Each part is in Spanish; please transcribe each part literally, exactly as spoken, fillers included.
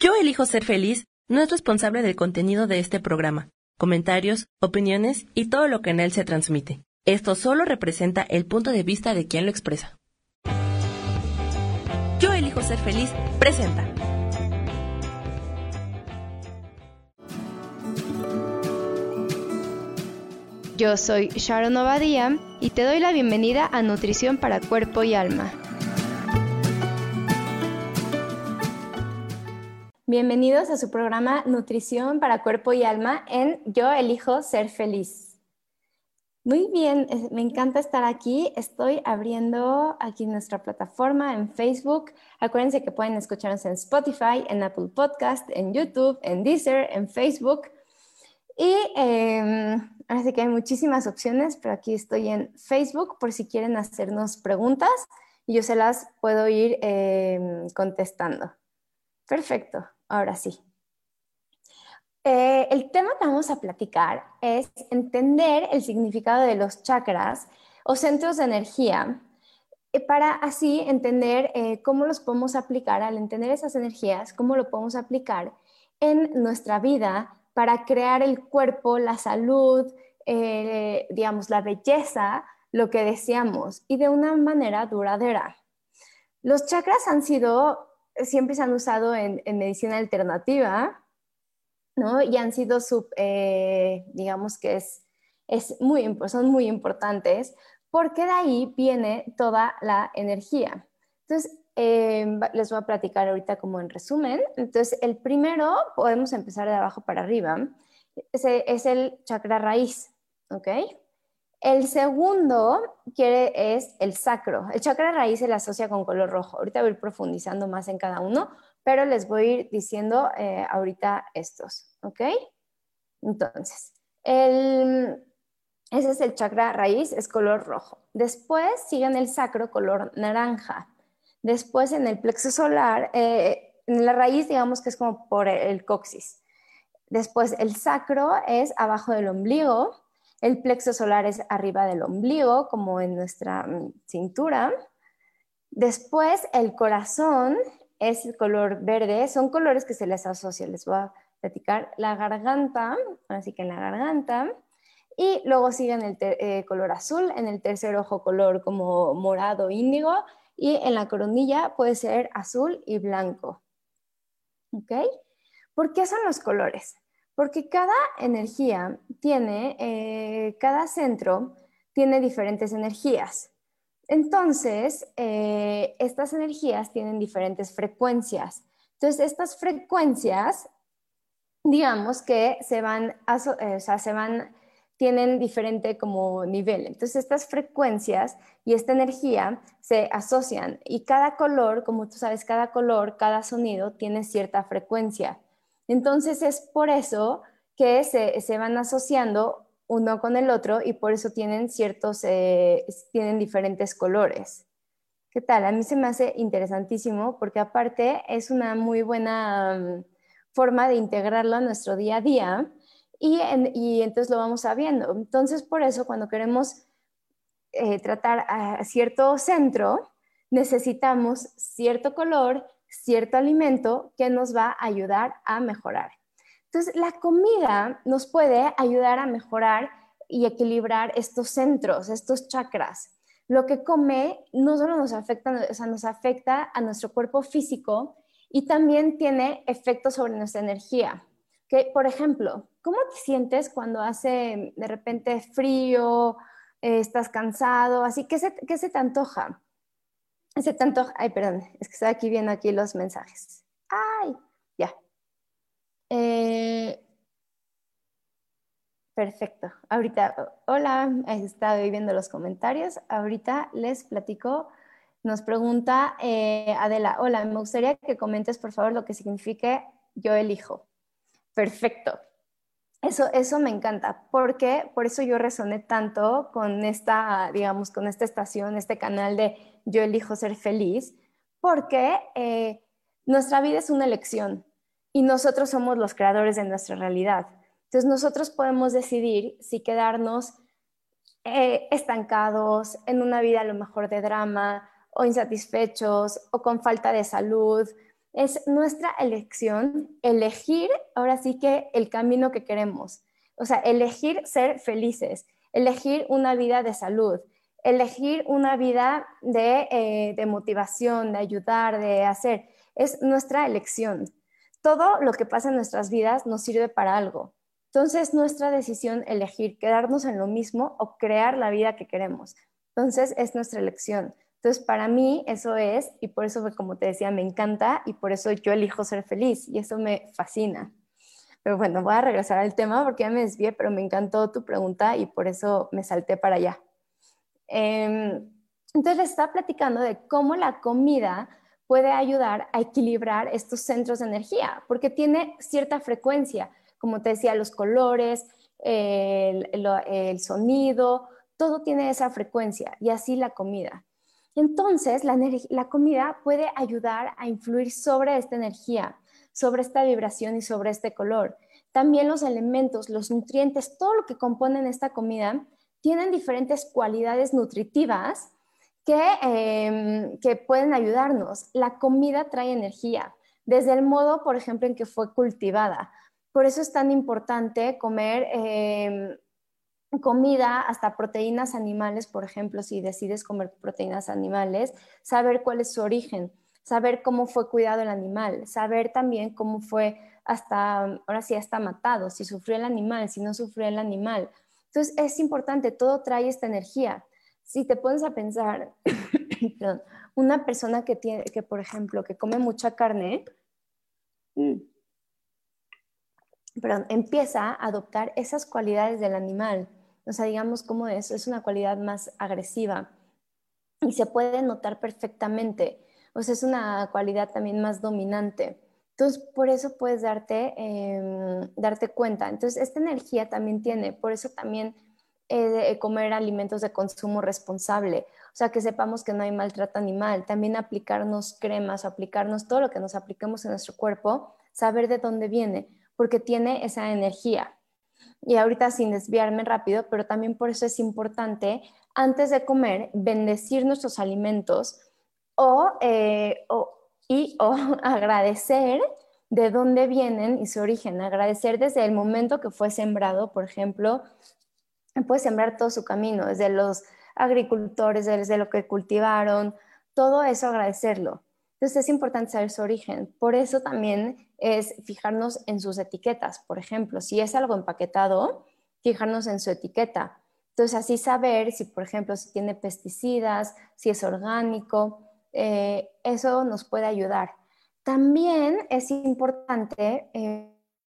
Yo elijo ser feliz no es responsable del contenido de este programa, comentarios, opiniones y todo lo que en él se transmite. Esto solo representa el punto de vista de quien lo expresa. Yo elijo ser feliz presenta. Yo soy Sharon Obadía y te doy la bienvenida a Nutrición para Cuerpo y Alma. Bienvenidos a su programa Nutrición para Cuerpo y Alma en Yo elijo ser feliz. Muy bien, me encanta estar aquí. Estoy abriendo aquí nuestra plataforma en Facebook. Acuérdense que pueden escucharnos en Spotify, en Apple Podcast, en YouTube, en Deezer, en Facebook. Y eh, ahora sí que hay muchísimas opciones, pero aquí estoy en Facebook por si quieren hacernos preguntas y yo se las puedo ir eh, contestando. Perfecto, ahora sí. Eh, el tema que vamos a platicar es entender el significado de los chakras o centros de energía eh, para así entender eh, cómo los podemos aplicar, al entender esas energías, cómo lo podemos aplicar en nuestra vida para crear el cuerpo, la salud, eh, digamos, la belleza, lo que deseamos y de una manera duradera. Los chakras han sido, siempre se han usado en, en medicina alternativa, ¿no? Y han sido, sub, eh, digamos que es, es muy, son muy importantes porque de ahí viene toda la energía. Entonces, eh, les voy a platicar ahorita como en resumen. Entonces, el primero, podemos empezar de abajo para arriba, ese es el chakra raíz, ¿ok? El segundo quiere, es el sacro. El chakra raíz se le asocia con color rojo. Ahorita voy a ir profundizando más en cada uno, pero les voy a ir diciendo eh, ahorita estos, ¿ok? Entonces, el, ese es el chakra raíz, es color rojo. Después siguen el sacro, color naranja. Después en el plexo solar, eh, en la raíz digamos que es como por el coxis. Después el sacro es abajo del ombligo. El plexo solar es arriba del ombligo, como en nuestra cintura. Después el corazón es el color verde. Son colores que se les asocia. Les voy a platicar. La garganta, así que en la garganta. Y luego siguen el eh, color azul, en el tercer ojo color como morado índigo y en la coronilla puede ser azul y blanco. ¿Ok? ¿Por qué son los colores? Porque cada energía tiene, eh, cada centro tiene diferentes energías. Entonces, eh, estas energías tienen diferentes frecuencias. Entonces, estas frecuencias, digamos que se van, a, eh, o sea, se van, tienen diferente como nivel. Entonces, estas frecuencias y esta energía se asocian y cada color, como tú sabes, cada color, cada sonido tiene cierta frecuencia. Entonces es por eso que se, se van asociando uno con el otro y por eso tienen ciertos, eh, tienen diferentes colores. ¿Qué tal? A mí se me hace interesantísimo porque aparte es una muy buena um, forma de integrarlo a nuestro día a día y, en, y entonces lo vamos sabiendo. Entonces por eso cuando queremos eh, tratar a cierto centro necesitamos cierto color, cierto alimento que nos va a ayudar a mejorar. Entonces, la comida nos puede ayudar a mejorar y equilibrar estos centros, estos chakras. Lo que come no solo nos afecta, o sea, nos afecta a nuestro cuerpo físico y también tiene efectos sobre nuestra energía. Que, por ejemplo, ¿cómo te sientes cuando hace de repente frío, eh, estás cansado? Así, ¿qué se, qué se te antoja? Se te antoja, ay, perdón, es que estoy aquí viendo aquí los mensajes. Ay, ya. Eh, perfecto. Ahorita, hola, estaba viendo los comentarios. Ahorita les platico. Nos pregunta eh, Adela, hola, me gustaría que comentes por favor lo que signifique yo elijo. Perfecto. Eso, eso me encanta, porque por eso yo resoné tanto con esta, digamos, con esta estación, este canal de Yo elijo ser feliz, porque eh, nuestra vida es una elección y nosotros somos los creadores de nuestra realidad. Entonces nosotros podemos decidir si quedarnos eh, estancados en una vida a lo mejor de drama o insatisfechos o con falta de salud Es nuestra elección, elegir ahora sí que el camino que queremos. O sea, elegir ser felices, elegir una vida de salud, elegir una vida de, eh, de motivación, de ayudar, de hacer. Es nuestra elección. Todo lo que pasa en nuestras vidas nos sirve para algo. Entonces, nuestra decisión elegir quedarnos en lo mismo o crear la vida que queremos. Entonces, es nuestra elección. Entonces, para mí eso es, y por eso, como te decía, me encanta y por eso yo elijo ser feliz y eso me fascina. Pero bueno, voy a regresar al tema porque ya me desvié, pero me encantó tu pregunta y por eso me salté para allá. Eh, entonces, les estaba platicando de cómo la comida puede ayudar a equilibrar estos centros de energía, porque tiene cierta frecuencia, como te decía, los colores, el, el, el sonido, todo tiene esa frecuencia y así la comida. Entonces, la, la comida puede ayudar a influir sobre esta energía, sobre esta vibración y sobre este color. También los elementos, los nutrientes, todo lo que componen esta comida tienen diferentes cualidades nutritivas que, eh, que pueden ayudarnos. La comida trae energía, desde el modo, por ejemplo, en que fue cultivada. Por eso es tan importante comer eh, comida, hasta proteínas animales, por ejemplo, si decides comer proteínas animales, saber cuál es su origen, saber cómo fue cuidado el animal, saber también cómo fue hasta, ahora sí, hasta matado, si sufrió el animal, si no sufrió el animal. Entonces es importante, todo trae esta energía. Si te pones a pensar, perdón, una persona que tiene, que por ejemplo, que come mucha carne, mm, perdón, empieza a adoptar esas cualidades del animal. O sea, digamos cómo es, es una cualidad más agresiva y se puede notar perfectamente. O sea, es una cualidad también más dominante. Entonces, por eso puedes darte, eh, darte cuenta. Entonces, esta energía también tiene, por eso también eh, comer alimentos de consumo responsable. O sea, que sepamos que no hay maltrato animal. También aplicarnos cremas, aplicarnos todo lo que nos apliquemos en nuestro cuerpo, saber de dónde viene, porque tiene esa energía. Y ahorita sin desviarme rápido, pero también por eso es importante, antes de comer, bendecir nuestros alimentos o, eh, o, y o agradecer de dónde vienen y su origen, agradecer desde el momento que fue sembrado, por ejemplo, puede sembrar todo su camino, desde los agricultores, desde lo que cultivaron, todo eso agradecerlo. Entonces es importante saber su origen. Por eso también es fijarnos en sus etiquetas. Por ejemplo, si es algo empaquetado, fijarnos en su etiqueta. Entonces así saber si, por ejemplo, si tiene pesticidas, si es orgánico, eh, eso nos puede ayudar. También es importante eh,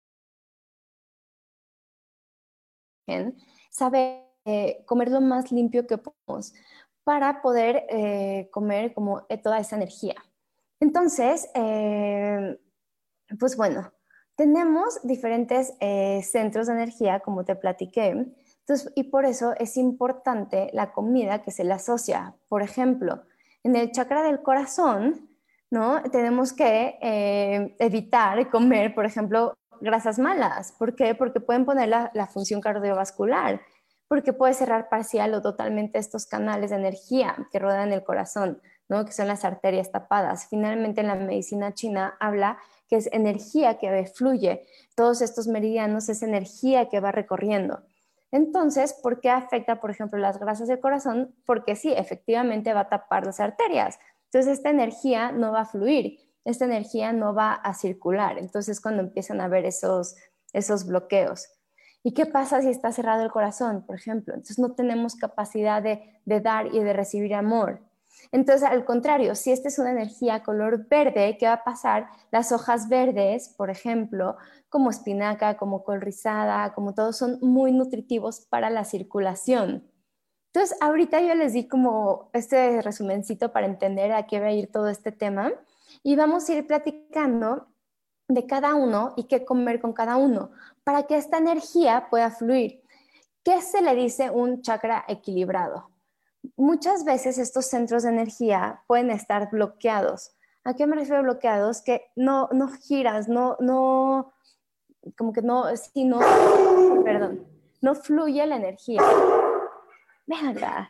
saber eh, comer lo más limpio que podemos para poder eh, comer como toda esa energía. Entonces, eh, pues bueno, tenemos diferentes eh, centros de energía, como te platiqué, entonces, y por eso es importante la comida que se le asocia. Por ejemplo, en el chakra del corazón, ¿no? Tenemos que eh, evitar comer, por ejemplo, grasas malas. ¿Por qué? Porque pueden poner la, la función cardiovascular, porque puede cerrar parcial o totalmente estos canales de energía que rodean el corazón, ¿no? Que son las arterias tapadas. Finalmente, en la medicina china habla que es energía que fluye. Todos estos meridianos es energía que va recorriendo. Entonces, ¿por qué afecta, por ejemplo, las grasas del corazón? Porque sí, efectivamente va a tapar las arterias. Entonces, esta energía no va a fluir, esta energía no va a circular. Entonces, cuando empiezan a haber esos, esos bloqueos. ¿Y qué pasa si está cerrado el corazón, por ejemplo? Entonces, no tenemos capacidad de, de dar y de recibir amor. Entonces, al contrario, si esta es una energía color verde, ¿qué va a pasar? Las hojas verdes, por ejemplo, como espinaca, como col rizada, como todos, son muy nutritivos para la circulación. Entonces, ahorita yo les di como este resumencito para entender a qué va a ir todo este tema y vamos a ir platicando de cada uno y qué comer con cada uno para que esta energía pueda fluir. ¿Qué se le dice un chakra equilibrado? Muchas veces estos centros de energía pueden estar bloqueados. ¿A qué me refiero bloqueados? Que no, no giras, no, no, como que no, sí, no, perdón, no fluye la energía. Venga,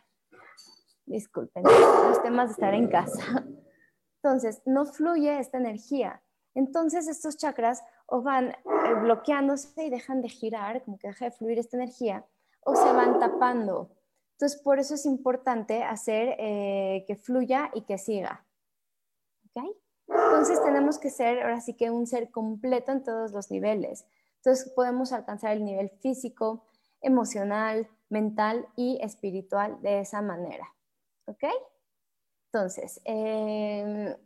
disculpen, los temas de estar en casa. Entonces, no fluye esta energía. Entonces estos chakras o van eh, bloqueándose y dejan de girar, como que deja de fluir esta energía, o se van tapando. Entonces por eso es importante hacer eh, que fluya y que siga. ¿Okay? Entonces tenemos que ser, ahora sí que un ser completo en todos los niveles. Entonces podemos alcanzar el nivel físico, emocional, mental y espiritual de esa manera. ¿Ok? Entonces, eh,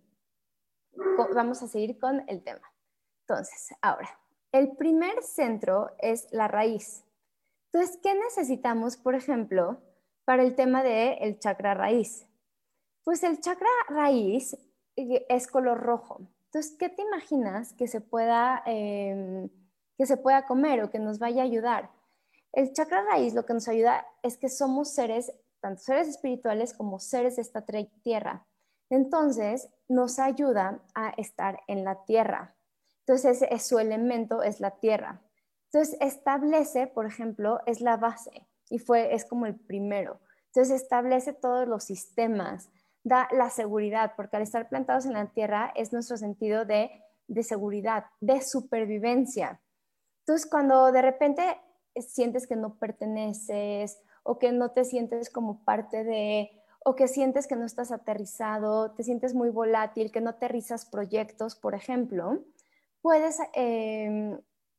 vamos a seguir con el tema. Entonces, ahora, el primer centro es la raíz. Entonces, ¿qué necesitamos, por ejemplo, para el tema del chakra raíz? Pues el chakra raíz es color rojo. Entonces, ¿qué te imaginas que se pueda, eh, que se pueda comer o que nos vaya a ayudar? El chakra raíz lo que nos ayuda es que somos seres, tanto seres espirituales como seres de esta tierra. Entonces, nos ayuda a estar en la tierra. Entonces, es, su elemento es la tierra. Entonces, establece, por ejemplo, es la base y fue, es como el primero. Entonces, establece todos los sistemas, da la seguridad, porque al estar plantados en la tierra es nuestro sentido de, de seguridad, de supervivencia. Entonces, cuando de repente sientes que no perteneces o que no te sientes como parte de, o que sientes que no estás aterrizado, te sientes muy volátil, que no aterrizas proyectos, por ejemplo, puedes, eh,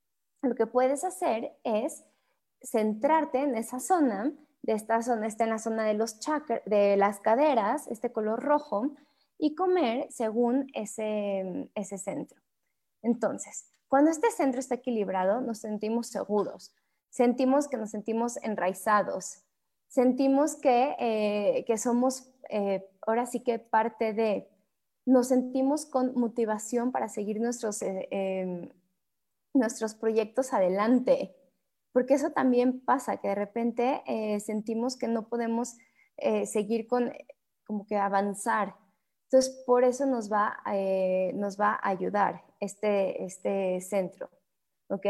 lo que puedes hacer es centrarte en esa zona, de esta zona, está en la zona de los chakras, de las caderas, este color rojo, y comer según ese, ese centro. Entonces, cuando este centro está equilibrado, nos sentimos seguros, sentimos que nos sentimos enraizados, sentimos que, eh, que somos eh, ahora sí que parte de, nos sentimos con motivación para seguir nuestros, eh, eh, nuestros proyectos adelante, porque eso también pasa, que de repente eh, sentimos que no podemos eh, seguir con, como que avanzar. Entonces, por eso nos va, eh, nos va a ayudar este, este centro, ¿ok?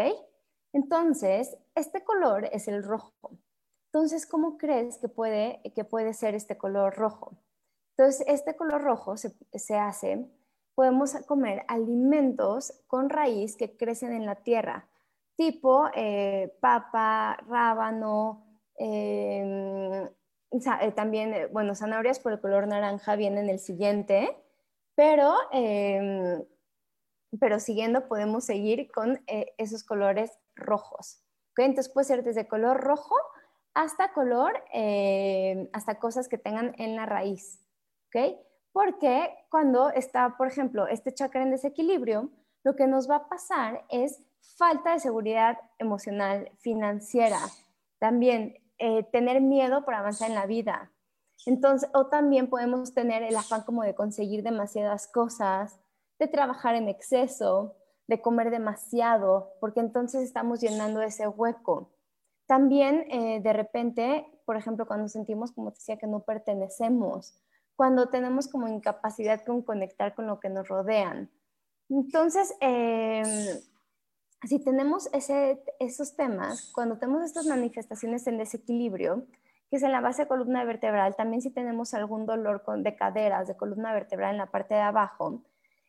Entonces, este color es el rojo. Entonces, ¿cómo crees que puede, que puede ser este color rojo? Entonces, este color rojo se, se hace, podemos comer alimentos con raíz que crecen en la tierra, tipo eh, papa, rábano, eh, eh, también, eh, bueno, zanahorias por el color naranja viene en el siguiente, pero, eh, pero siguiendo podemos seguir con eh, esos colores rojos. ¿Okay? Entonces puede ser desde color rojo hasta color, eh, hasta cosas que tengan en la raíz. ¿Okay? Porque cuando está, por ejemplo, este chakra en desequilibrio, lo que nos va a pasar es falta de seguridad emocional, financiera, también eh, tener miedo por avanzar en la vida. Entonces, o también podemos tener el afán como de conseguir demasiadas cosas, de trabajar en exceso, de comer demasiado, porque entonces estamos llenando ese hueco. También eh, de repente, por ejemplo, cuando sentimos, como te decía, que no pertenecemos, cuando tenemos como incapacidad con conectar con lo que nos rodean. Entonces, eh, si tenemos ese, esos temas, cuando tenemos estas manifestaciones en desequilibrio, que es en la base de columna vertebral, también si tenemos algún dolor con, de caderas, de columna vertebral en la parte de abajo,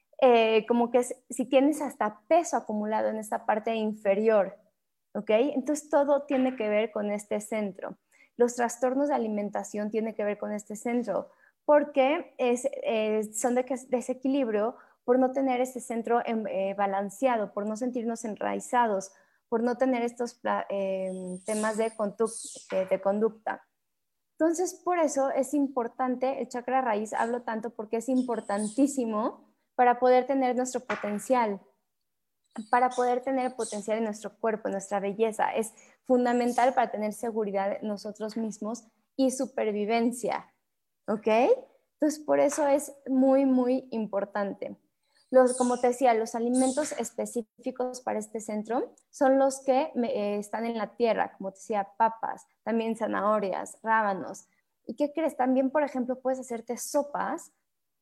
eh, como que si tienes hasta peso acumulado en esta parte inferior, ¿ok? Entonces todo tiene que ver con este centro. Los trastornos de alimentación tienen que ver con este centro, porque es, eh, son de desequilibrio por no tener este centro eh, balanceado, por no sentirnos enraizados, por no tener estos eh, temas de, de, de conducta. Entonces, por eso es importante, el chakra raíz hablo tanto porque es importantísimo para poder tener nuestro potencial, para poder tener potencial en nuestro cuerpo, en nuestra belleza. Es fundamental para tener seguridad en nosotros mismos y supervivencia, ¿ok? Entonces, por eso es muy, muy importante. Los, como te decía, los alimentos específicos para este centro son los que me, eh, están en la tierra, como te decía, papas, también zanahorias, rábanos. ¿Y qué crees? También, por ejemplo, puedes hacerte sopas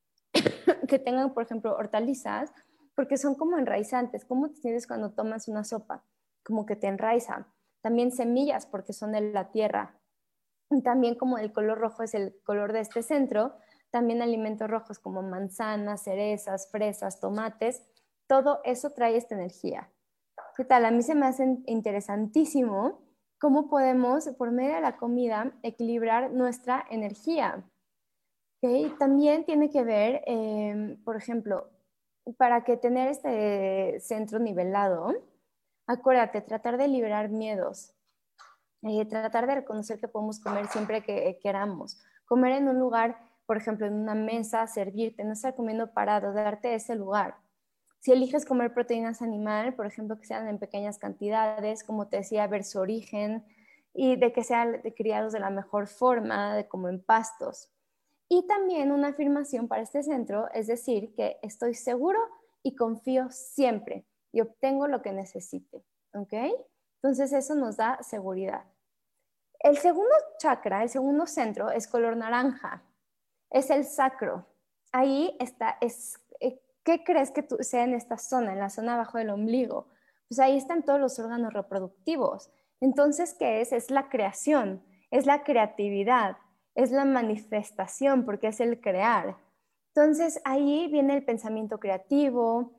que tengan, por ejemplo, hortalizas, porque son como enraizantes. ¿Cómo te sientes cuando tomas una sopa? Como que te enraiza. También semillas, porque son de la tierra. También como el color rojo es el color de este centro, también alimentos rojos como manzanas, cerezas, fresas, tomates, todo eso trae esta energía. ¿Qué tal? A mí se me hace interesantísimo cómo podemos, por medio de la comida, equilibrar nuestra energía. ¿Okay? También tiene que ver, eh, por ejemplo, para que tener este centro nivelado, acuérdate, tratar de liberar miedos, eh, tratar de reconocer que podemos comer siempre que eh, queramos, comer en un lugar, por ejemplo, en una mesa, servirte, no estar comiendo parado, darte ese lugar. Si eliges comer proteínas animal, por ejemplo, que sean en pequeñas cantidades, como te decía, ver su origen y de que sean criados de la mejor forma, de como en pastos. Y también una afirmación para este centro es decir que estoy seguro y confío siempre y obtengo lo que necesite. ¿Ok? Entonces eso nos da seguridad. El segundo chakra, el segundo centro es color naranja. Es el sacro. Ahí está, es, ¿qué crees que tú, sea en esta zona, en la zona abajo del ombligo? Pues ahí están todos los órganos reproductivos. Entonces, ¿qué es? Es la creación, es la creatividad, es la manifestación, porque es el crear. Entonces, ahí viene el pensamiento creativo.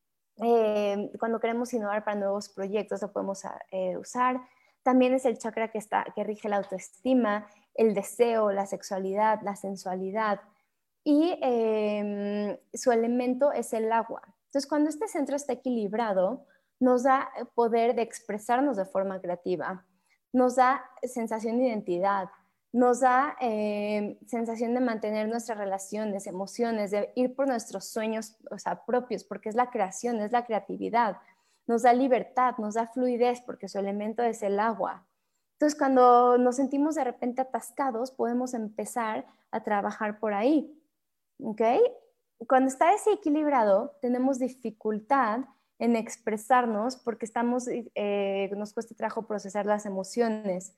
Eh, cuando queremos innovar para nuevos proyectos, lo podemos eh, usar. También es el chakra que, está, que rige la autoestima, el deseo, la sexualidad, la sensualidad. Y eh, su elemento es el agua. Entonces, cuando este centro está equilibrado, nos da poder de expresarnos de forma creativa, nos da sensación de identidad, nos da eh, sensación de mantener nuestras relaciones, emociones, de ir por nuestros sueños, o sea, propios, porque es la creación, es la creatividad. Nos da libertad, nos da fluidez, porque su elemento es el agua. Entonces, cuando nos sentimos de repente atascados, podemos empezar a trabajar por ahí. ¿Ok? Cuando está desequilibrado, tenemos dificultad en expresarnos porque estamos, eh, nos cuesta trabajo procesar las emociones.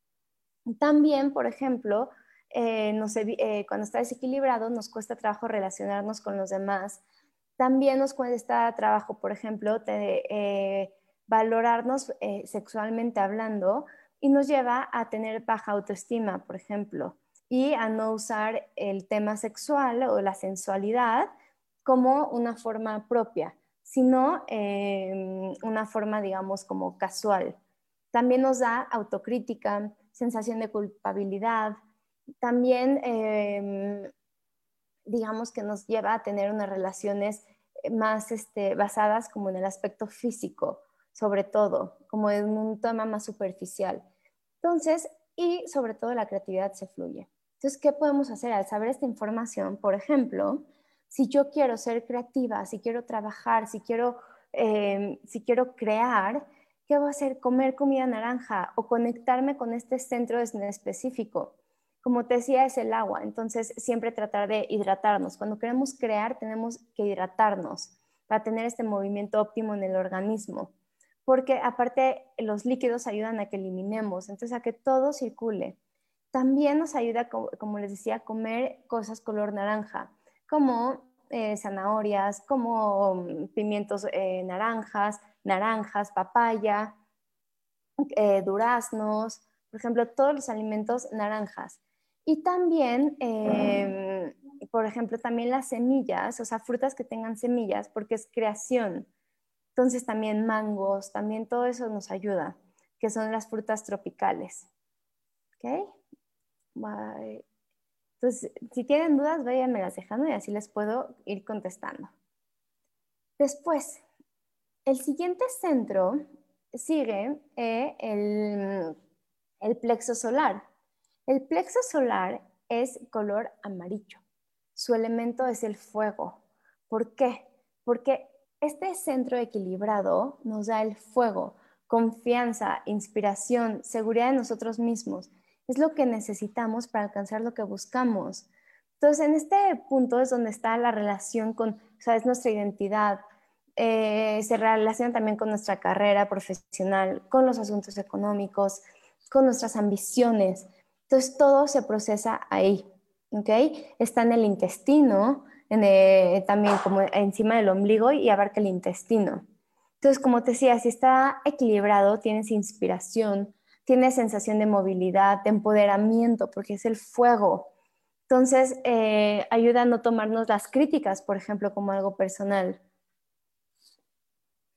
También, por ejemplo, eh, nos, eh, cuando está desequilibrado, nos cuesta trabajo relacionarnos con los demás. También nos cuesta trabajo, por ejemplo, de, eh, valorarnos eh, sexualmente hablando y nos lleva a tener baja autoestima, por ejemplo, y a no usar el tema sexual o la sensualidad como una forma propia, sino eh, una forma, digamos, como casual. También nos da autocrítica, sensación de culpabilidad, también eh, digamos que nos lleva a tener unas relaciones más este, basadas como en el aspecto físico, sobre todo, como en un tema más superficial. Entonces, y sobre todo la creatividad se fluye. Entonces, ¿qué podemos hacer al saber esta información? Por ejemplo, si yo quiero ser creativa, si quiero trabajar, si quiero, eh, si quiero crear, ¿qué voy a hacer? Comer comida naranja o conectarme con este centro en específico. Como te decía, es el agua, entonces siempre tratar de hidratarnos. Cuando queremos crear, tenemos que hidratarnos para tener este movimiento óptimo en el organismo, porque aparte los líquidos ayudan a que eliminemos, entonces a que todo circule. También nos ayuda, como les decía, a comer cosas color naranja, como eh, zanahorias, como pimientos eh, naranjas, naranjas, papaya, eh, duraznos, por ejemplo, todos los alimentos naranjas. Y también, eh, por ejemplo, también las semillas, o sea, frutas que tengan semillas, porque es creación. Entonces también mangos, también todo eso nos ayuda, que son las frutas tropicales. ¿Ok? Bye. Entonces, si tienen dudas, váyanme las dejando y así les puedo ir contestando. Después, el siguiente centro sigue eh, el, el plexo solar. El plexo solar es color amarillo. Su elemento es el fuego. ¿Por qué? Porque este centro equilibrado nos da el fuego, confianza, inspiración, seguridad en nosotros mismos. Es lo que necesitamos para alcanzar lo que buscamos. Entonces, en este punto es donde está la relación con, o sea, es nuestra identidad. Eh, se relaciona también con nuestra carrera profesional, con los asuntos económicos, con nuestras ambiciones. Entonces, todo se procesa ahí, ¿ok? Está en el intestino, en el, también como encima del ombligo y abarca el intestino. Entonces, como te decía, si está equilibrado, tienes inspiración, tienes sensación de movilidad, de empoderamiento, porque es el fuego. Entonces, eh, ayuda a no tomarnos las críticas, por ejemplo, como algo personal.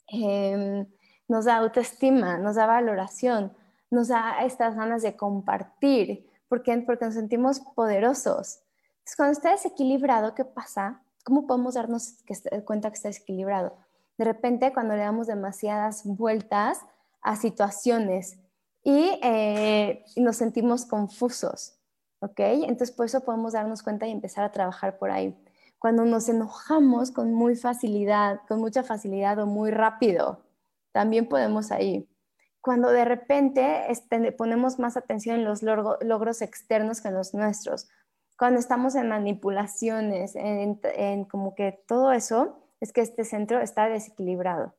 eh, nos da autoestima, nos da valoración, nos da estas ganas de compartir. ¿Por qué? Porque nos sentimos poderosos. Entonces, cuando está desequilibrado, ¿qué pasa? ¿Cómo podemos darnos cuenta que está desequilibrado? De repente, cuando le damos demasiadas vueltas a situaciones y eh, nos sentimos confusos, ¿ok? Entonces, por eso podemos darnos cuenta y empezar a trabajar por ahí. Cuando nos enojamos con muy facilidad, con mucha facilidad o muy rápido, también podemos ahí. Cuando de repente este, ponemos más atención en los logro, logros externos que en los nuestros. Cuando estamos en manipulaciones, en, en como que todo eso, es que este centro está desequilibrado.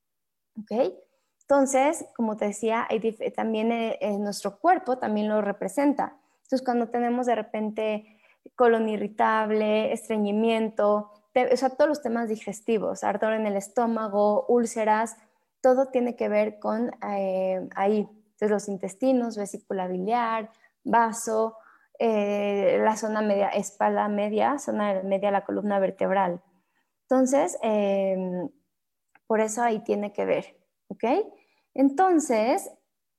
¿Ok? Entonces, como te decía, hay también eh, nuestro cuerpo también lo representa. Entonces, cuando tenemos de repente colon irritable, estreñimiento, te, o sea, todos los temas digestivos, ardor en el estómago, úlceras, todo tiene que ver con eh, ahí. Entonces, los intestinos, vesícula biliar, vaso, eh, la zona media, espalda media, zona media de la columna vertebral. Entonces, eh, por eso ahí tiene que ver, ¿ok? Entonces,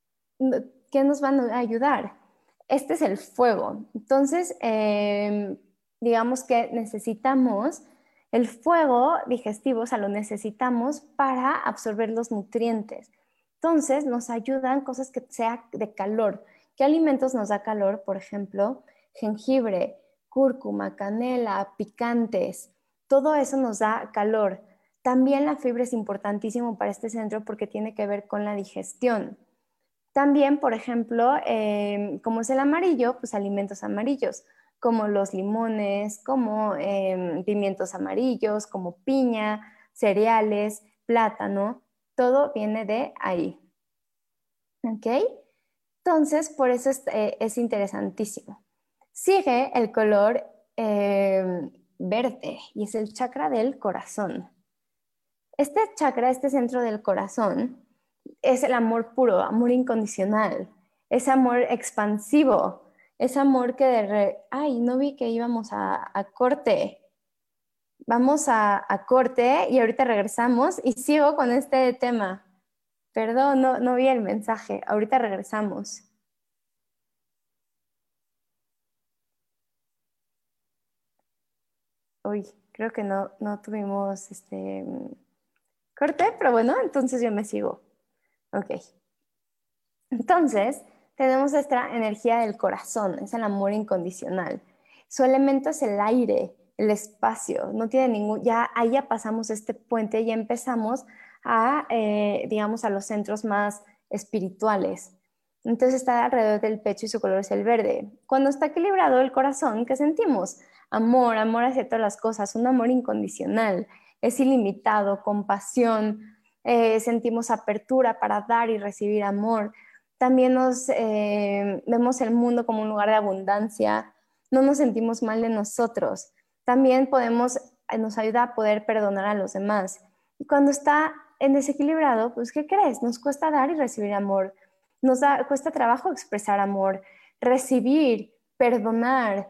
¿qué nos van a ayudar? Este es el fuego. Entonces, eh, digamos que necesitamos el fuego digestivo, o sea, lo necesitamos para absorber los nutrientes. Entonces, nos ayudan cosas que sean de calor. ¿Qué alimentos nos da calor? Por ejemplo, jengibre, cúrcuma, canela, picantes. Todo eso nos da calor. También la fibra es importantísimo para este centro porque tiene que ver con la digestión. También, por ejemplo, eh, como es el amarillo, pues alimentos amarillos, como los limones, como eh, pimientos amarillos, como piña, cereales, plátano, todo viene de ahí. ¿Ok? Entonces, por eso es, eh, es interesantísimo. Sigue el color eh, verde y es el chakra del corazón. Este chakra, este centro del corazón, es el amor puro, amor incondicional, es amor expansivo, es amor que de re... Ay, no vi que íbamos a, a corte. Vamos a, a corte y ahorita regresamos y sigo con este tema. Perdón, no, no vi el mensaje. Ahorita regresamos. Uy, creo que no, no tuvimos este corte, pero bueno, entonces yo me sigo. Ok. Entonces, tenemos esta energía del corazón, es el amor incondicional. Su elemento es el aire, el espacio, no tiene ningún, ya ahí ya pasamos este puente y ya empezamos a, eh, digamos, a los centros más espirituales. Entonces está alrededor del pecho y su color es el verde. Cuando está equilibrado el corazón, ¿qué sentimos? Amor, amor hacia todas las cosas, un amor incondicional, es ilimitado, compasión, eh, sentimos apertura para dar y recibir amor. También nos eh, vemos el mundo como un lugar de abundancia, no nos sentimos mal de nosotros. También podemos, nos ayuda a poder perdonar a los demás. Y cuando está en desequilibrado, pues ¿qué crees? Nos cuesta dar y recibir amor. Nos da, cuesta trabajo expresar amor, recibir, perdonar.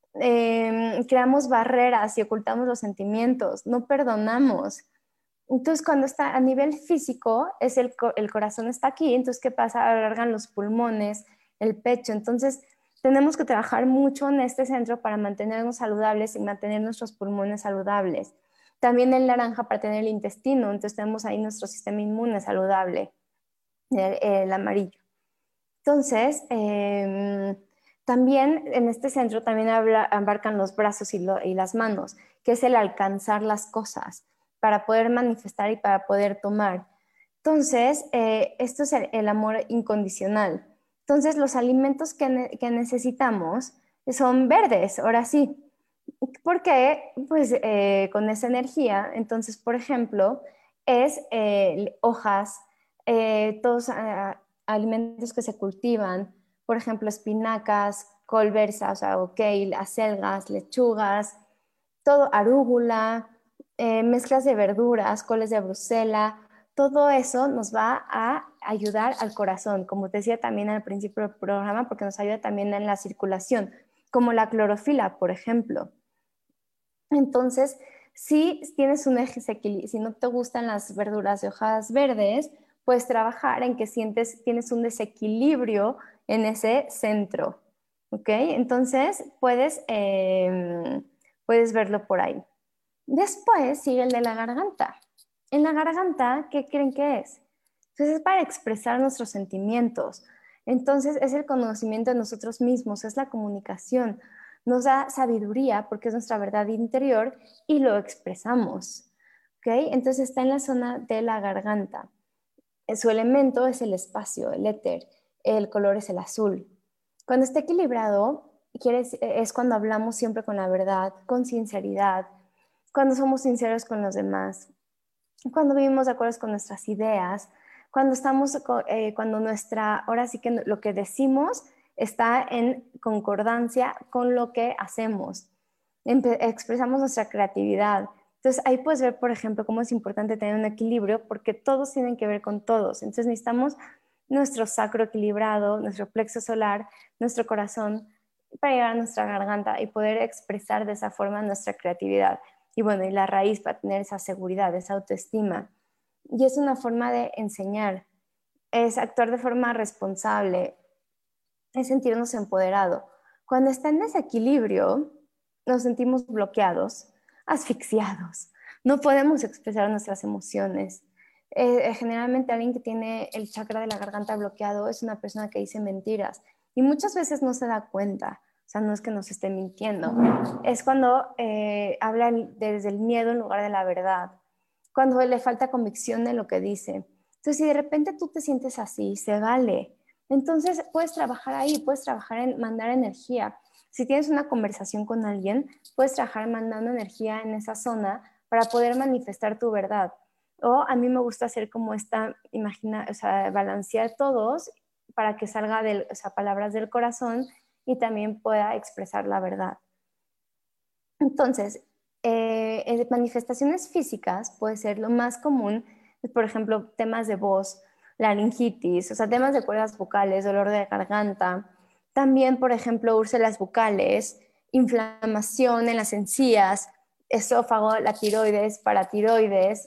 Eh, creamos barreras y ocultamos los sentimientos, no perdonamos. Entonces, cuando está a nivel físico, es el, el corazón está aquí, entonces, ¿qué pasa? Alargan los pulmones, el pecho. Entonces, tenemos que trabajar mucho en este centro para mantenernos saludables y mantener nuestros pulmones saludables. También el naranja para tener el intestino, entonces tenemos ahí nuestro sistema inmune saludable, el, el amarillo. Entonces, eh, también en este centro también habla, abarcan los brazos y, lo, y las manos, que es el alcanzar las cosas para poder manifestar y para poder tomar. Entonces, eh, esto es el, el amor incondicional. Entonces, los alimentos que, ne que necesitamos son verdes, ahora sí. Porque, pues, eh, con esa energía, entonces, por ejemplo, es eh, hojas, eh, todos uh, alimentos que se cultivan, por ejemplo, espinacas, col versa, o sea, ok, acelgas, lechugas, todo arúgula, eh, mezclas de verduras, coles de Bruselas, todo eso nos va a ayudar al corazón, como te decía también al principio del programa, porque nos ayuda también en la circulación, como la clorofila, por ejemplo. Entonces, si tienes un desequilibrio, si no te gustan las verduras de hojas verdes, puedes trabajar en que sientes, tienes un desequilibrio en ese centro, ¿ok? Entonces puedes, eh, puedes verlo por ahí. Después sigue el de la garganta. En la garganta, ¿qué creen que es? Pues es para expresar nuestros sentimientos. Entonces es el conocimiento de nosotros mismos, es la comunicación. Nos da sabiduría porque es nuestra verdad interior y lo expresamos. ¿Ok? Entonces está en la zona de la garganta. Su elemento es el espacio, el éter. El color es el azul. Cuando está equilibrado, es cuando hablamos siempre con la verdad, con sinceridad, cuando somos sinceros con los demás, cuando vivimos de acuerdo con nuestras ideas, cuando estamos, eh, cuando nuestra, ahora sí que lo que decimos está en concordancia con lo que hacemos. Empe- expresamos nuestra creatividad. Entonces ahí puedes ver, por ejemplo, cómo es importante tener un equilibrio porque todos tienen que ver con todos. Entonces necesitamos nuestro sacro equilibrado, nuestro plexo solar, nuestro corazón para llegar a nuestra garganta y poder expresar de esa forma nuestra creatividad. Y bueno, y la raíz para tener esa seguridad, esa autoestima. Y es una forma de enseñar, es actuar de forma responsable, es sentirnos empoderados. Cuando está en desequilibrio, nos sentimos bloqueados, asfixiados. No podemos expresar nuestras emociones. Eh, generalmente alguien que tiene el chakra de la garganta bloqueado es una persona que dice mentiras y muchas veces no se da cuenta. O sea, no es que nos esté mintiendo. Es cuando eh, habla desde el miedo en lugar de la verdad. Cuando le falta convicción de lo que dice. Entonces, si de repente tú te sientes así, se vale. Entonces, puedes trabajar ahí, puedes trabajar en mandar energía. Si tienes una conversación con alguien, puedes trabajar mandando energía en esa zona para poder manifestar tu verdad. O a mí me gusta hacer como esta, imagina, o sea, balancear todos para que salga de, o sea, palabras del corazón y también pueda expresar la verdad. Entonces, eh, manifestaciones físicas puede ser lo más común, por ejemplo, temas de voz, laringitis, o sea, temas de cuerdas vocales, dolor de garganta. También, por ejemplo, úlceras bucales, inflamación en las encías, esófago, la tiroides, paratiroides,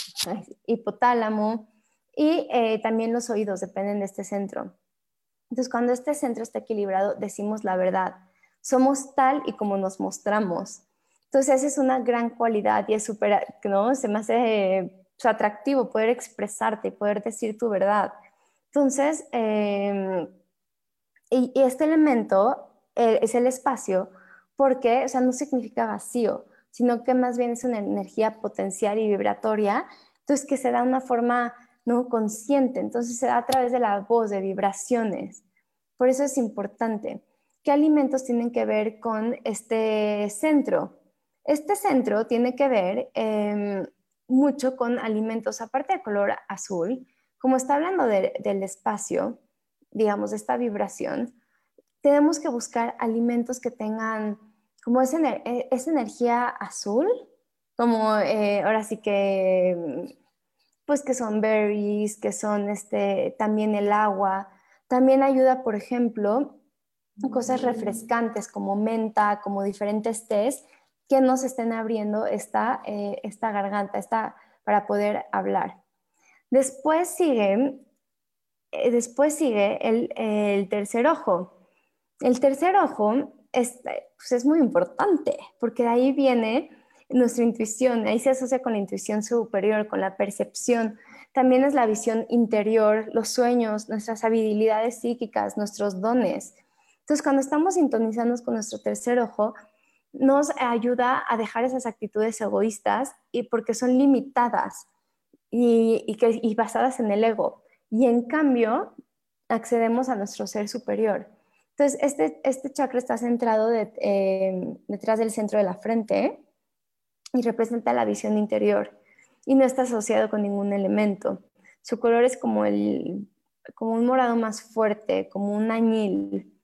hipotálamo y eh, también los oídos dependen de este centro. Entonces, cuando este centro está equilibrado, decimos la verdad. Somos tal y como nos mostramos. Entonces, esa es una gran cualidad y es súper, ¿no? Se me hace eh, atractivo poder expresarte y poder decir tu verdad. Entonces, eh, y, y, este elemento eh, es el espacio porque, o sea, no significa vacío, sino que más bien es una energía potencial y vibratoria, entonces que se da de una forma no consciente, entonces se da a través de la voz, de vibraciones. Por eso es importante. ¿Qué alimentos tienen que ver con este centro? Este centro tiene que ver eh, mucho con alimentos, aparte del color azul, como está hablando de, del espacio, digamos, de esta vibración, tenemos que buscar alimentos que tengan como esa, esa energía azul, como eh, ahora sí que, pues que son berries, que son este, también el agua. También ayuda, por ejemplo, cosas refrescantes como menta, como diferentes tés que nos estén abriendo esta, eh, esta garganta esta, para poder hablar. Después sigue, eh, después sigue el, el tercer ojo. El tercer ojo es, pues es muy importante porque de ahí viene nuestra intuición, ahí se asocia con la intuición superior, con la percepción. También es la visión interior, los sueños, nuestras habilidades psíquicas, nuestros dones. Entonces, cuando estamos sintonizando con nuestro tercer ojo, nos ayuda a dejar esas actitudes egoístas y porque son limitadas y, y, que, y basadas en el ego. Y en cambio, accedemos a nuestro ser superior. Entonces, este, este chakra está centrado de, eh, detrás del centro de la frente y representa la visión interior y no está asociado con ningún elemento. Su color es como, el, como un morado más fuerte, como un añil.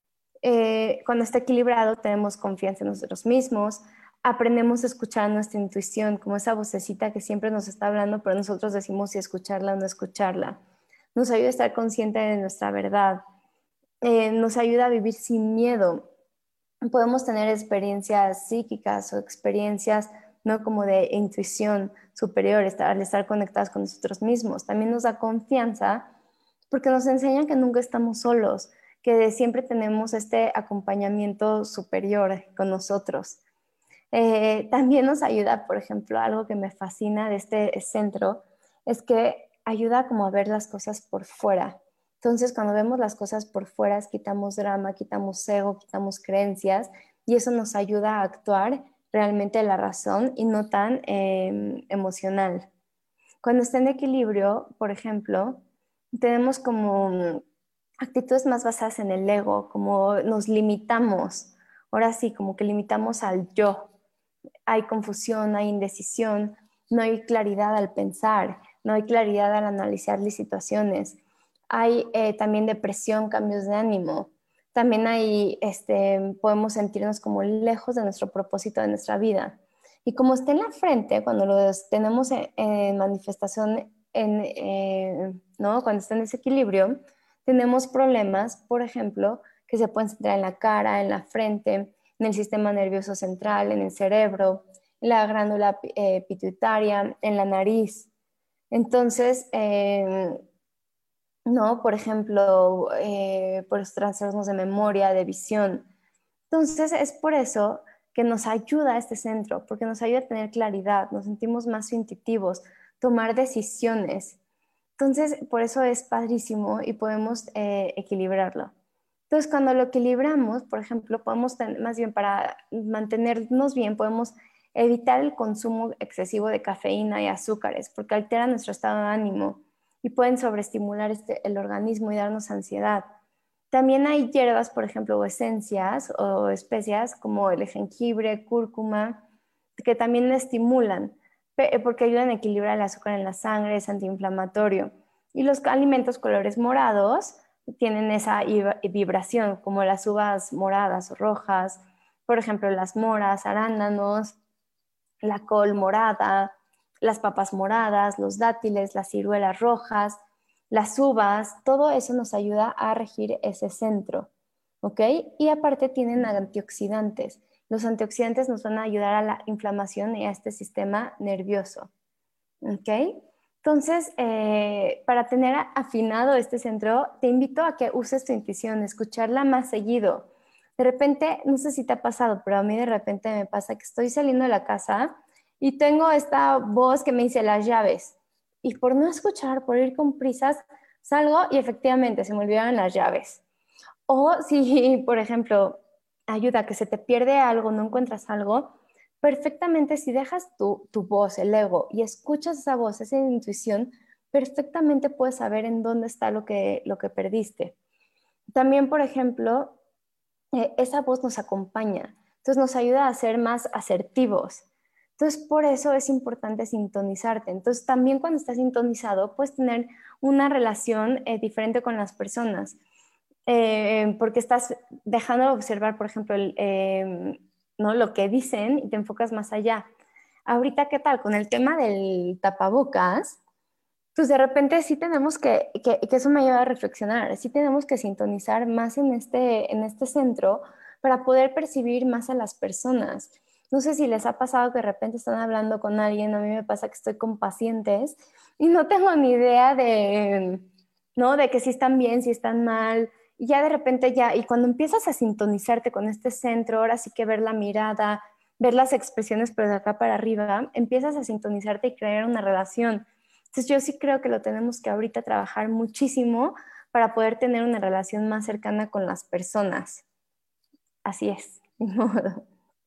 Eh, cuando está equilibrado tenemos confianza en nosotros mismos, aprendemos a escuchar nuestra intuición, como esa vocecita que siempre nos está hablando, pero nosotros decimos si escucharla o no escucharla. Nos ayuda a estar consciente de nuestra verdad. Eh, nos ayuda a vivir sin miedo. Podemos tener experiencias psíquicas o experiencias ¿no? Como de intuición superior, estar, al estar conectados con nosotros mismos. También nos da confianza porque nos enseñan que nunca estamos solos, que siempre tenemos este acompañamiento superior con nosotros. Eh, también nos ayuda, por ejemplo, algo que me fascina de este centro, es que ayuda como a ver las cosas por fuera. Entonces, cuando vemos las cosas por fuera, quitamos drama, quitamos ego, quitamos creencias, y eso nos ayuda a actuar realmente de la razón y no tan eh, emocional. Cuando está en equilibrio, por ejemplo, tenemos como actitudes más basadas en el ego, como nos limitamos, ahora sí, como que limitamos al yo. Hay confusión, hay indecisión, no hay claridad al pensar, no hay claridad al analizar las situaciones. Hay eh, también depresión, cambios de ánimo. También hay, este, podemos sentirnos como lejos de nuestro propósito de nuestra vida. Y como está en la frente, cuando lo tenemos en, en manifestación, en, eh, ¿no? Cuando está en ese equilibrio, tenemos problemas, por ejemplo, que se pueden centrar en la cara, en la frente, en el sistema nervioso central, en el cerebro, en la glándula eh, pituitaria, en la nariz. Entonces, eh, ¿no? Por ejemplo, eh, por los trastornos de memoria, de visión. Entonces, es por eso que nos ayuda este centro, porque nos ayuda a tener claridad, nos sentimos más intuitivos, tomar decisiones. Entonces, por eso es padrísimo y podemos eh, equilibrarlo. Entonces, cuando lo equilibramos, por ejemplo, podemos, tener, más bien para mantenernos bien, podemos evitar el consumo excesivo de cafeína y azúcares, porque altera nuestro estado de ánimo y pueden sobreestimular este, el organismo y darnos ansiedad. También hay hierbas, por ejemplo, o esencias o especias como el jengibre, cúrcuma, que también estimulan porque ayudan a equilibrar el azúcar en la sangre, es antiinflamatorio. Y los alimentos colores morados tienen esa vibración, como las uvas moradas o rojas, por ejemplo, las moras, arándanos, la col morada, las papas moradas, los dátiles, las ciruelas rojas, las uvas, todo eso nos ayuda a regir ese centro, ¿ok? Y aparte tienen antioxidantes. Los antioxidantes nos van a ayudar a la inflamación y a este sistema nervioso, ¿ok? Entonces, eh, para tener afinado este centro, te invito a que uses tu intuición, escucharla más seguido. De repente, no sé si te ha pasado, pero a mí de repente me pasa que estoy saliendo de la casa y tengo esta voz que me dice las llaves. Y por no escuchar, por ir con prisas, salgo y efectivamente se me olvidaron las llaves. O si, por ejemplo, ayuda a que se te pierde algo, no encuentras algo, perfectamente si dejas tu, tu voz, el ego, y escuchas esa voz, esa intuición, perfectamente puedes saber en dónde está lo que, lo que perdiste. También, por ejemplo, eh, esa voz nos acompaña, entonces nos ayuda a ser más asertivos. Entonces, por eso es importante sintonizarte. Entonces, también cuando estás sintonizado, puedes tener una relación eh, diferente con las personas. Eh, porque estás dejando de observar, por ejemplo, el, eh, ¿no? lo que dicen y te enfocas más allá. Ahorita, ¿qué tal? Con el tema del tapabocas, pues de repente sí tenemos que, que, que eso me lleva a reflexionar, sí tenemos que sintonizar más en este, en este centro para poder percibir más a las personas. No sé si les ha pasado que de repente están hablando con alguien, a mí me pasa que estoy con pacientes y no tengo ni idea de, ¿no? De que si están bien, si están mal, y ya de repente ya, y cuando empiezas a sintonizarte con este centro, ahora sí que ver la mirada, ver las expresiones, pero de acá para arriba, empiezas a sintonizarte y crear una relación. Entonces yo sí creo que lo tenemos que ahorita trabajar muchísimo para poder tener una relación más cercana con las personas. Así es, de modo.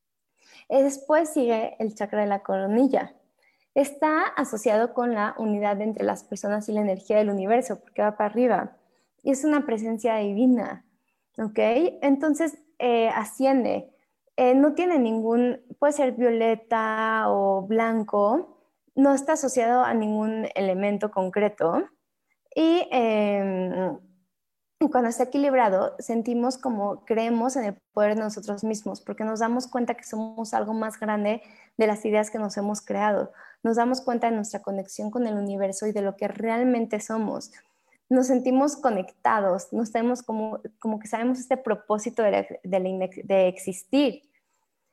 Después sigue el chakra de la coronilla. Está asociado con la unidad entre las personas y la energía del universo, porque va para arriba. Y es una presencia divina, ¿ok? Entonces eh, asciende. Eh, no tiene ningún, puede ser violeta o blanco, no está asociado a ningún elemento concreto. Y eh, cuando está equilibrado, sentimos como creemos en el poder de nosotros mismos, porque nos damos cuenta que somos algo más grande de las ideas que nos hemos creado. Nos damos cuenta de nuestra conexión con el universo y de lo que realmente somos. Nos sentimos conectados, nos tenemos como, como que sabemos este propósito de, de, de existir.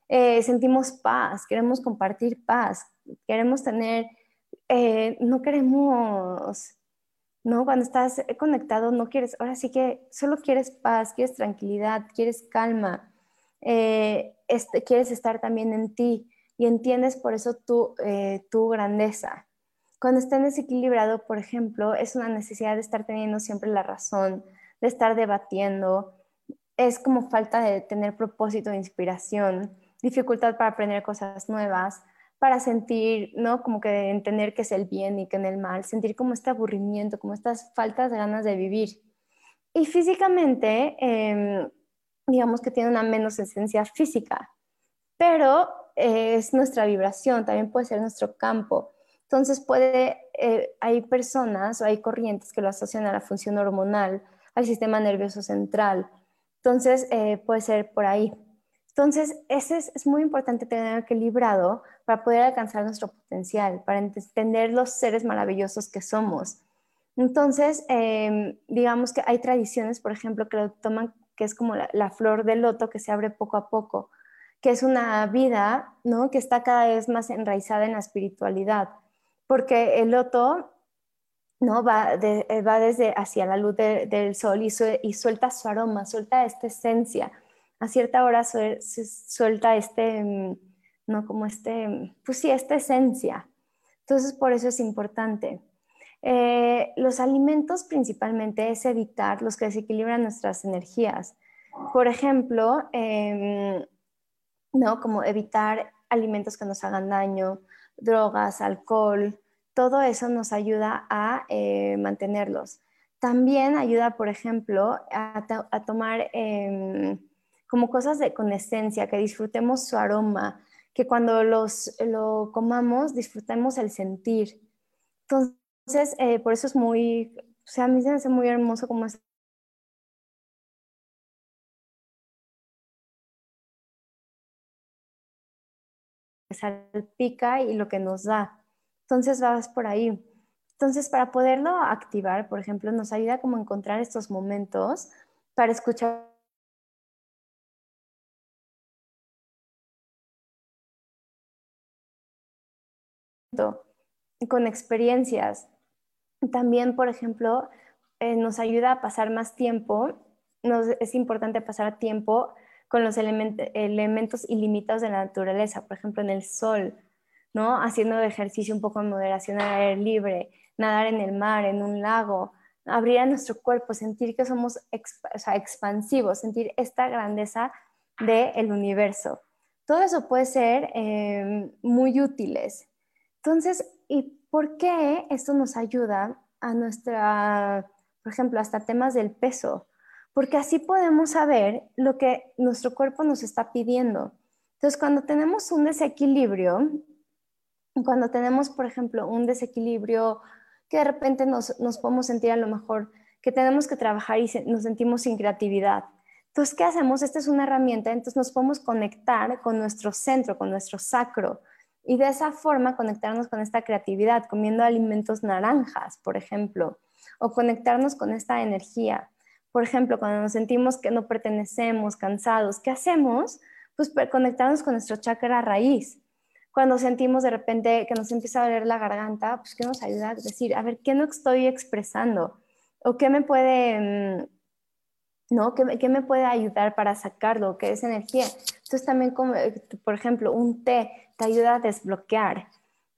Eh, sentimos paz, queremos compartir paz, queremos tener, eh, no queremos, ¿no? Cuando estás conectado, no quieres, ahora sí que solo quieres paz, quieres tranquilidad, quieres calma, eh, este, quieres estar también en ti y entiendes por eso tu, eh, tu grandeza. Cuando estás desequilibrado, por ejemplo, es una necesidad de estar teniendo siempre la razón, de estar debatiendo, es como falta de tener propósito de inspiración, dificultad para aprender cosas nuevas, para sentir, ¿no? Como que entender qué es el bien y qué es el mal, sentir como este aburrimiento, como estas faltas de ganas de vivir. Y físicamente, eh, digamos que tiene una menos esencia física, pero eh, es nuestra vibración, también puede ser nuestro campo. Entonces puede, eh, hay personas o hay corrientes que lo asocian a la función hormonal, al sistema nervioso central. Entonces eh, puede ser por ahí. Entonces ese es, es muy importante tener equilibrado para poder alcanzar nuestro potencial, para entender los seres maravillosos que somos. Entonces, eh, digamos que hay tradiciones, por ejemplo, que lo toman, que es como la, la flor del loto que se abre poco a poco, que es una vida, ¿no? Que está cada vez más enraizada en la espiritualidad, porque el loto, ¿no? Va, de, va desde hacia la luz de, del sol y, su, y, suelta su aroma, suelta esta esencia. A cierta hora su, su, suelta este, ¿no? Como este, pues sí, esta esencia. Entonces, por eso es importante. Eh, los alimentos principalmente es evitar los que desequilibran nuestras energías. Por ejemplo, eh, ¿no? Como evitar alimentos que nos hagan daño, drogas, alcohol, todo eso nos ayuda a eh, mantenerlos. También ayuda, por ejemplo, a, to a tomar eh, como cosas de, con esencia, que disfrutemos su aroma, que cuando los, lo comamos disfrutemos el sentir. Entonces, eh, por eso es muy, o sea, a mí se me hace muy hermoso como es salpica y lo que nos da. Entonces vas por ahí. Entonces, para poderlo activar, por ejemplo, nos ayuda como a encontrar estos momentos para escuchar con experiencias. También, por ejemplo, eh, nos ayuda a pasar más tiempo. Nos, es importante pasar tiempo con los element elementos ilimitados de la naturaleza, por ejemplo, en el sol, ¿no? Haciendo ejercicio un poco en moderación al aire libre, nadar en el mar, en un lago, abrir a nuestro cuerpo, sentir que somos exp o sea, expansivos, sentir esta grandeza del universo. Todo eso puede ser eh, muy útiles. Entonces, ¿y por qué esto nos ayuda a nuestra, por ejemplo, hasta temas del peso? Porque así podemos saber lo que nuestro cuerpo nos está pidiendo. Entonces, cuando tenemos un desequilibrio, cuando tenemos, por ejemplo, un desequilibrio que de repente nos, nos podemos sentir a lo mejor que tenemos que trabajar y se, nos sentimos sin creatividad. Entonces, ¿qué hacemos? Esta es una herramienta, entonces nos podemos conectar con nuestro centro, con nuestro sacro, y de esa forma conectarnos con esta creatividad, comiendo alimentos naranjas, por ejemplo, o conectarnos con esta energía. Por ejemplo, cuando nos sentimos que no pertenecemos, cansados, ¿qué hacemos? Pues conectarnos con nuestro chakra raíz. Cuando sentimos de repente que nos empieza a doler la garganta, pues ¿qué nos ayuda a decir? A ver, ¿qué no estoy expresando? ¿O qué me puede, ¿no? ¿Qué, qué me puede ayudar para sacarlo? ¿Qué es energía? Entonces también, como, por ejemplo, un té te ayuda a desbloquear.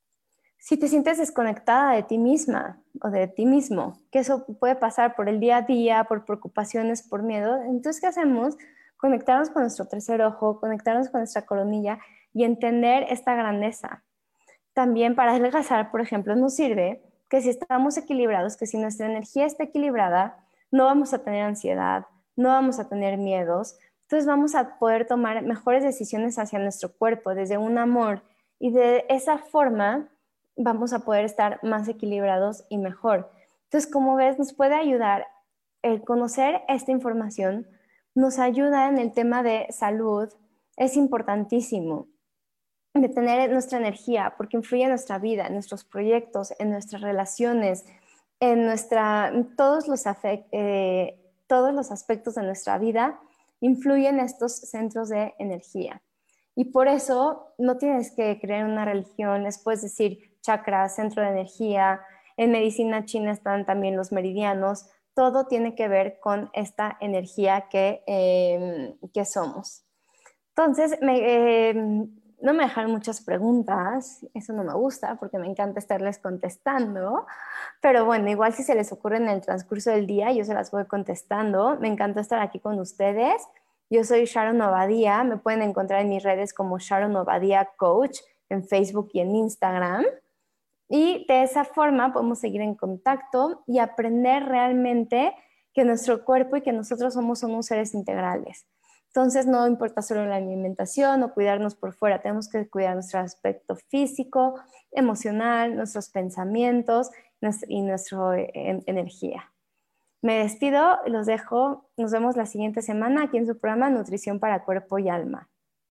Si te sientes desconectada de ti misma o de ti mismo, que eso puede pasar por el día a día, por preocupaciones, por miedo, entonces ¿qué hacemos? Conectarnos con nuestro tercer ojo, conectarnos con nuestra coronilla y entender esta grandeza. También para adelgazar, por ejemplo, nos sirve que si estamos equilibrados, que si nuestra energía está equilibrada, no vamos a tener ansiedad, no vamos a tener miedos, entonces vamos a poder tomar mejores decisiones hacia nuestro cuerpo desde un amor y de esa forma vamos a poder estar más equilibrados y mejor. Entonces, como ves, nos puede ayudar el conocer esta información, nos ayuda en el tema de salud, es importantísimo de tener nuestra energía, porque influye en nuestra vida, en nuestros proyectos, en nuestras relaciones, en, nuestra, en todos, los eh, todos los aspectos de nuestra vida, influyen estos centros de energía. Y por eso no tienes que creer en una religión, les puedes decir chakra, centro de energía. En medicina china están también los meridianos. Todo tiene que ver con esta energía que, eh, que somos. Entonces, me, eh, no me dejan muchas preguntas, eso no me gusta porque me encanta estarles contestando, pero bueno, igual si se les ocurre en el transcurso del día, yo se las voy contestando. Me encanta estar aquí con ustedes. Yo soy Sharon Obadía, me pueden encontrar en mis redes como Sharon Obadía Coach en Facebook y en Instagram. Y de esa forma podemos seguir en contacto y aprender realmente que nuestro cuerpo y que nosotros somos, somos seres integrales. Entonces no importa solo la alimentación o cuidarnos por fuera, tenemos que cuidar nuestro aspecto físico, emocional, nuestros pensamientos y nuestra energía. Me despido, los dejo, nos vemos la siguiente semana aquí en su programa Nutrición para Cuerpo y Alma.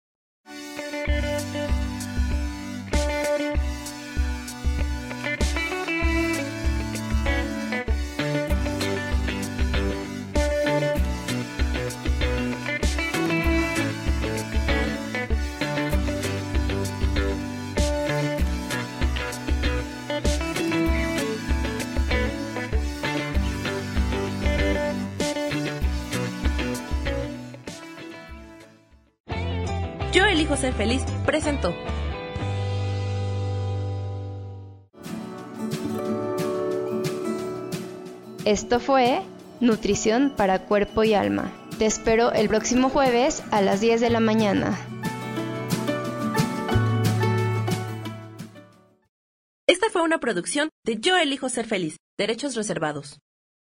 Yo elijo ser feliz, presentó. Esto fue Nutrición para Cuerpo y Alma. Te espero el próximo jueves a las diez de la mañana. Esta fue una producción de Yo elijo ser feliz, derechos reservados.